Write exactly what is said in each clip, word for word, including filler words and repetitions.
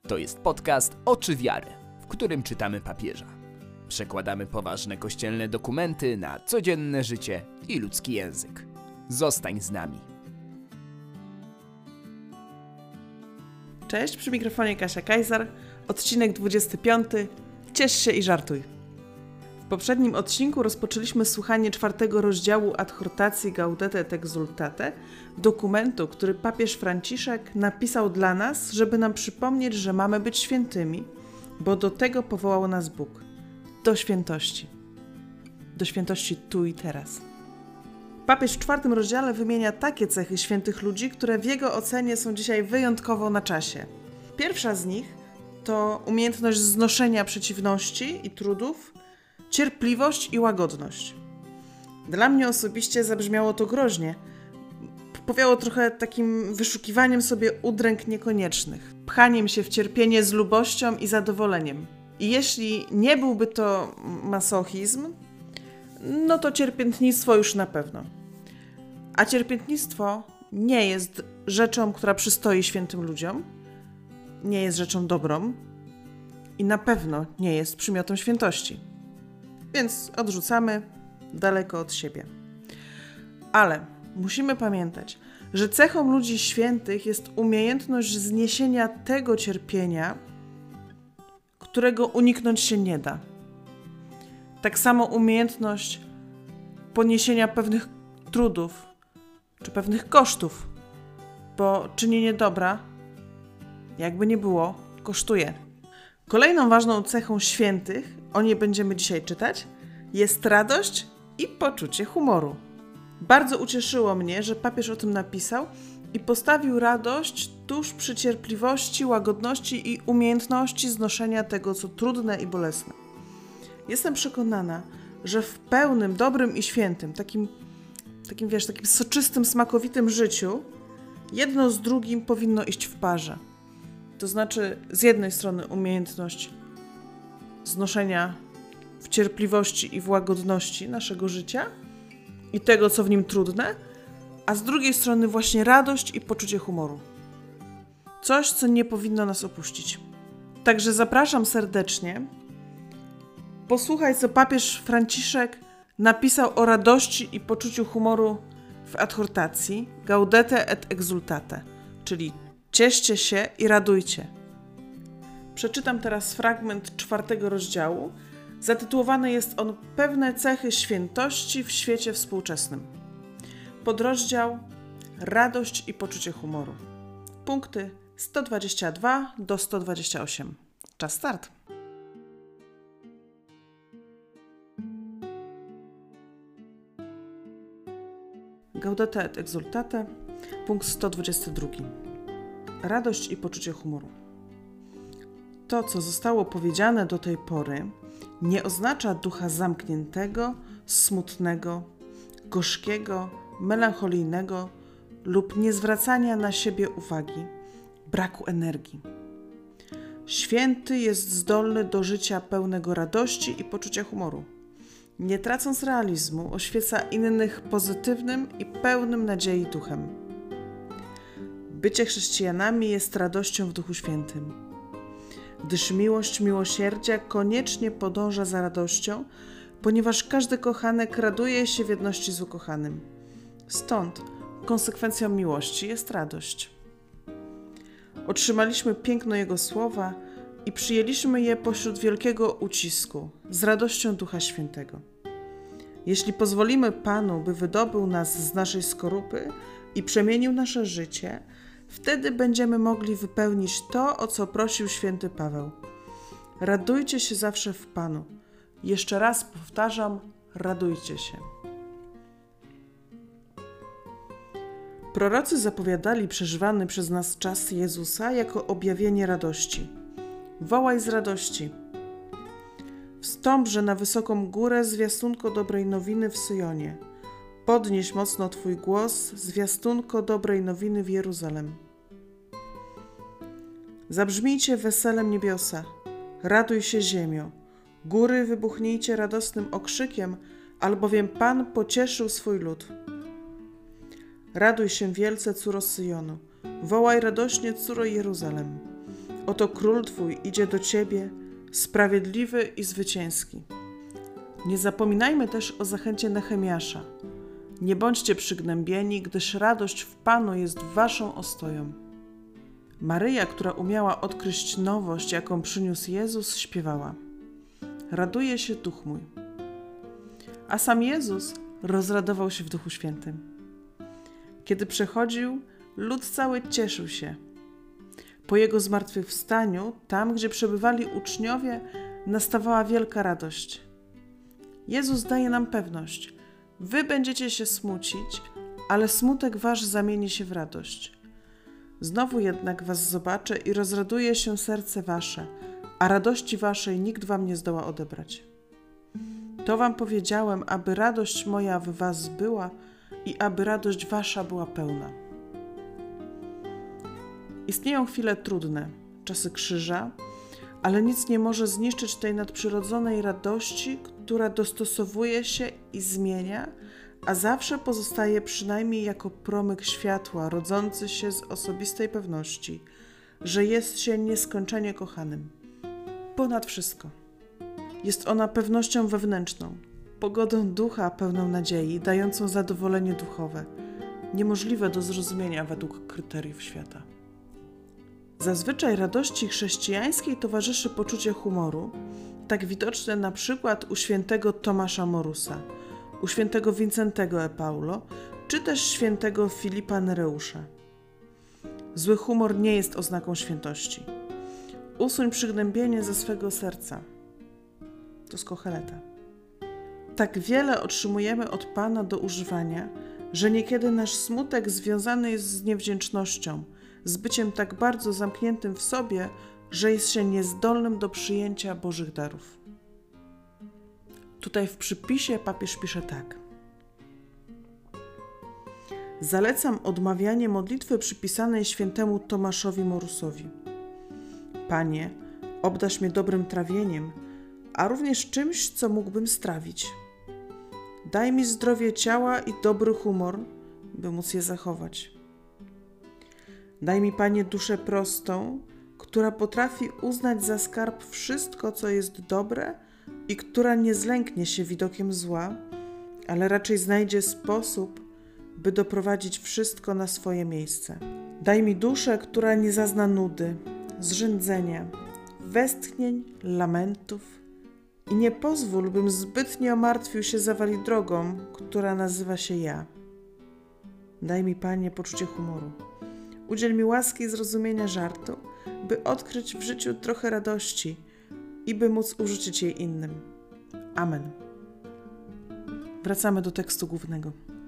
To jest podcast Oczy Wiary, w którym czytamy papieża. Przekładamy poważne kościelne dokumenty na codzienne życie i ludzki język. Zostań z nami. Cześć, przy mikrofonie Kasia Kajzar, odcinek dwudziesty piąty. Ciesz się i żartuj. W poprzednim odcinku rozpoczęliśmy słuchanie czwartego rozdziału adhortacji Gaudete et Exsultate, dokumentu, który papież Franciszek napisał dla nas, żeby nam przypomnieć, że mamy być świętymi, bo do tego powołał nas Bóg. Do świętości. Do świętości tu i teraz. Papież w czwartym rozdziale wymienia takie cechy świętych ludzi, które w jego ocenie są dzisiaj wyjątkowo na czasie. Pierwsza z nich to umiejętność znoszenia przeciwności i trudów, cierpliwość i łagodność. Dla mnie osobiście zabrzmiało to groźnie. Powiało trochę takim wyszukiwaniem sobie udręk niekoniecznych, pchaniem się w cierpienie z lubością i zadowoleniem. I jeśli nie byłby to masochizm, no to cierpiętnictwo już na pewno. A cierpiętnictwo nie jest rzeczą, która przystoi świętym ludziom, nie jest rzeczą dobrą i na pewno nie jest przymiotem świętości. Więc odrzucamy daleko od siebie. Ale musimy pamiętać, że cechą ludzi świętych jest umiejętność zniesienia tego cierpienia, którego uniknąć się nie da. Tak samo umiejętność poniesienia pewnych trudów czy pewnych kosztów, bo czynienie dobra, jakby nie było, kosztuje. Kolejną ważną cechą świętych, o niej będziemy dzisiaj czytać, jest radość i poczucie humoru. Bardzo ucieszyło mnie, że papież o tym napisał i postawił radość tuż przy cierpliwości, łagodności i umiejętności znoszenia tego, co trudne i bolesne. Jestem przekonana, że w pełnym, dobrym i świętym, takim, takim wiesz, takim soczystym, smakowitym życiu jedno z drugim powinno iść w parze. To znaczy z jednej strony umiejętność znoszenia w cierpliwości i w łagodności naszego życia i tego, co w nim trudne, a z drugiej strony właśnie radość i poczucie humoru. Coś, co nie powinno nas opuścić. Także zapraszam serdecznie. Posłuchaj, co papież Franciszek napisał o radości i poczuciu humoru w adhortacji Gaudete et Exsultate, czyli cieszcie się i radujcie. Przeczytam teraz fragment czwartego rozdziału. Zatytułowany jest on Pewne cechy świętości w świecie współczesnym. Podrozdział Radość i poczucie humoru. Punkty sto dwadzieścia dwa do sto dwadzieścia osiem. Czas start. Gaudete et Exsultate, punkt sto dwudziesty drugi. Radość i poczucie humoru. To, co zostało powiedziane do tej pory, nie oznacza ducha zamkniętego, smutnego, gorzkiego, melancholijnego lub niezwracania na siebie uwagi, braku energii. Święty jest zdolny do życia pełnego radości i poczucia humoru. Nie tracąc realizmu, oświeca innych pozytywnym i pełnym nadziei duchem. Bycie chrześcijanami jest radością w Duchu Świętym. Gdyż miłość miłosierdzia koniecznie podąża za radością, ponieważ każdy kochanek raduje się w jedności z ukochanym. Stąd konsekwencją miłości jest radość. Otrzymaliśmy piękno Jego słowa i przyjęliśmy je pośród wielkiego ucisku, z radością Ducha Świętego. Jeśli pozwolimy Panu, by wydobył nas z naszej skorupy i przemienił nasze życie, wtedy będziemy mogli wypełnić to, o co prosił święty Paweł. Radujcie się zawsze w Panu. Jeszcze raz powtarzam, radujcie się. Prorocy zapowiadali przeżywany przez nas czas Jezusa jako objawienie radości. Wołaj z radości. Wstąpże na wysoką górę, zwiastunko dobrej nowiny w Syjonie. Podnieś mocno Twój głos, zwiastunko dobrej nowiny w Jeruzalem. Zabrzmijcie weselem niebiosa, raduj się ziemio, góry wybuchnijcie radosnym okrzykiem, albowiem Pan pocieszył swój lud. Raduj się wielce, córo Syjonu, wołaj radośnie, córo Jeruzalem. Oto król Twój idzie do Ciebie, sprawiedliwy i zwycięski. Nie zapominajmy też o zachęcie Nehemiasza. Nie bądźcie przygnębieni, gdyż radość w Panu jest Waszą ostoją. Maryja, która umiała odkryć nowość, jaką przyniósł Jezus, śpiewała: raduje się duch mój. A sam Jezus rozradował się w Duchu Świętym. Kiedy przechodził, lud cały cieszył się. Po Jego zmartwychwstaniu, tam gdzie przebywali uczniowie, nastawała wielka radość. Jezus daje nam pewność. Wy będziecie się smucić, ale smutek wasz zamieni się w radość. Znowu jednak was zobaczę i rozraduje się serce wasze, a radości waszej nikt wam nie zdoła odebrać. To wam powiedziałem, aby radość moja w was była i aby radość wasza była pełna. Istnieją chwile trudne, czasy krzyża, ale nic nie może zniszczyć tej nadprzyrodzonej radości, która dostosowuje się i zmienia, a zawsze pozostaje przynajmniej jako promyk światła rodzący się z osobistej pewności, że jest się nieskończenie kochanym. Ponad wszystko. Jest ona pewnością wewnętrzną, pogodą ducha pełną nadziei, dającą zadowolenie duchowe, niemożliwe do zrozumienia według kryteriów świata. Zazwyczaj radości chrześcijańskiej towarzyszy poczucie humoru, tak widoczne na przykład u świętego Tomasza Morusa, u świętego Wincentego e Paulo, czy też świętego Filipa Nereusza. Zły humor nie jest oznaką świętości. Usuń przygnębienie ze swego serca. To z Kocheleta. Tak wiele otrzymujemy od Pana do używania, że niekiedy nasz smutek związany jest z niewdzięcznością, z byciem tak bardzo zamkniętym w sobie, że jest się niezdolnym do przyjęcia Bożych darów. Tutaj w przypisie papież pisze tak. Zalecam odmawianie modlitwy przypisanej świętemu Tomaszowi Morusowi. Panie, obdarz mnie dobrym trawieniem, a również czymś, co mógłbym strawić. Daj mi zdrowie ciała i dobry humor, by móc je zachować. Daj mi, Panie, duszę prostą, która potrafi uznać za skarb wszystko, co jest dobre i która nie zlęknie się widokiem zła, ale raczej znajdzie sposób, by doprowadzić wszystko na swoje miejsce. Daj mi duszę, która nie zazna nudy, zrzędzenia, westchnień, lamentów i nie pozwól, bym zbytnio martwił się zawali drogą, która nazywa się ja. Daj mi, Panie, poczucie humoru. Udziel mi łaski i zrozumienia żartu, by odkryć w życiu trochę radości i by móc użyczyć jej innym. Amen. Wracamy do tekstu głównego.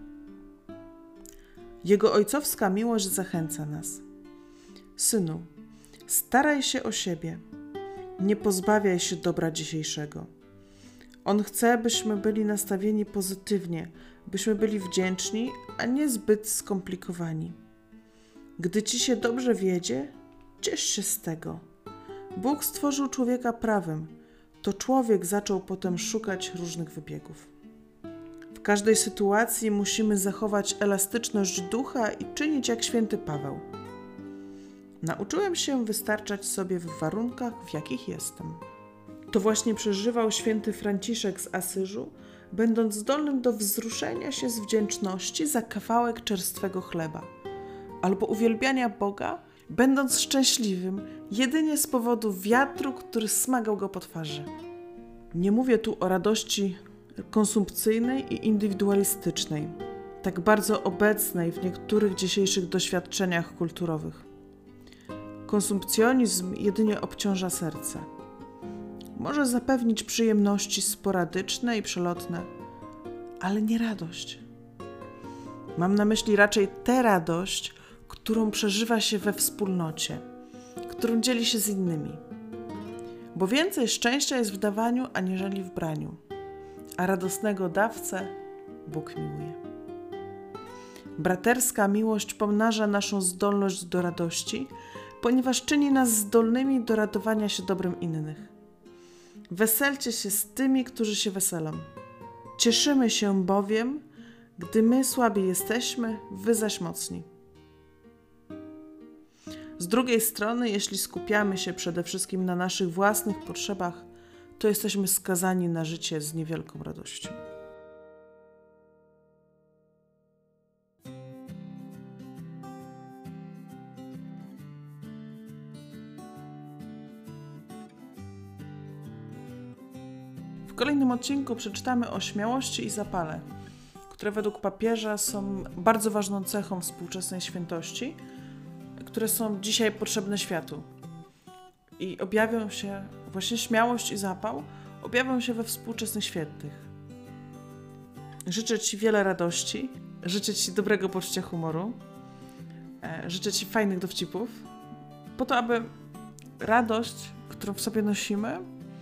Jego ojcowska miłość zachęca nas. Synu, staraj się o siebie. Nie pozbawiaj się dobra dzisiejszego. On chce, byśmy byli nastawieni pozytywnie, byśmy byli wdzięczni, a nie zbyt skomplikowani. Gdy ci się dobrze wiedzie, ciesz się z tego. Bóg stworzył człowieka prawym, to człowiek zaczął potem szukać różnych wybiegów. W każdej sytuacji musimy zachować elastyczność ducha i czynić jak święty Paweł. Nauczyłem się wystarczać sobie w warunkach, w jakich jestem. To właśnie przeżywał święty Franciszek z Asyżu, będąc zdolnym do wzruszenia się z wdzięczności za kawałek czerstwego chleba, albo uwielbiania Boga, będąc szczęśliwym jedynie z powodu wiatru, który smagał go po twarzy. Nie mówię tu o radości konsumpcyjnej i indywidualistycznej, tak bardzo obecnej w niektórych dzisiejszych doświadczeniach kulturowych. Konsumpcjonizm jedynie obciąża serce. Może zapewnić przyjemności sporadyczne i przelotne, ale nie radość. Mam na myśli raczej tę radość, którą przeżywa się we wspólnocie, którą dzieli się z innymi. Bo więcej szczęścia jest w dawaniu, aniżeli w braniu, a radosnego dawcę Bóg miłuje. Braterska miłość pomnaża naszą zdolność do radości, ponieważ czyni nas zdolnymi do radowania się dobrem innych. Weselcie się z tymi, którzy się weselą. Cieszymy się bowiem, gdy my słabi jesteśmy, wy zaś mocni. Z drugiej strony, jeśli skupiamy się przede wszystkim na naszych własnych potrzebach, to jesteśmy skazani na życie z niewielką radością. W kolejnym odcinku przeczytamy o śmiałości i zapale, które według papieża są bardzo ważną cechą współczesnej świętości, które są dzisiaj potrzebne światu. I objawią się, właśnie śmiałość i zapał, objawią się we współczesnych świętych. Życzę Ci wiele radości, życzę Ci dobrego poczucia humoru, życzę Ci fajnych dowcipów, po to, aby radość, którą w sobie nosimy,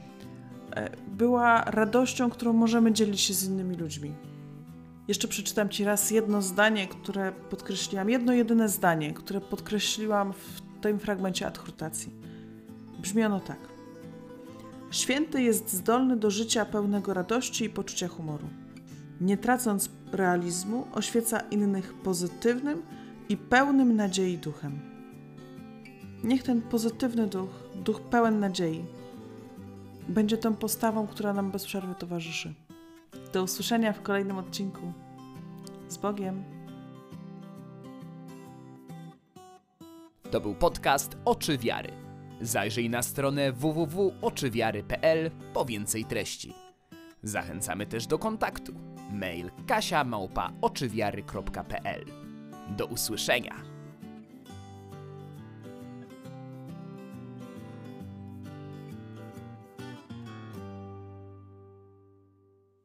była radością, którą możemy dzielić się z innymi ludźmi. Jeszcze przeczytam Ci raz jedno zdanie, które podkreśliłam, jedno jedyne zdanie, które podkreśliłam w tym fragmencie adhortacji. Brzmi ono tak. Święty jest zdolny do życia pełnego radości i poczucia humoru. Nie tracąc realizmu, oświeca innych pozytywnym i pełnym nadziei duchem. Niech ten pozytywny duch, duch pełen nadziei, będzie tą postawą, która nam bez przerwy towarzyszy. Do usłyszenia w kolejnym odcinku. Z Bogiem. To był podcast Oczy Wiary. Zajrzyj na stronę w w w kropka oczy wiary kropka p l po więcej treści. Zachęcamy też do kontaktu. Mail kasia małpa oczywiary kropka p l. Do usłyszenia.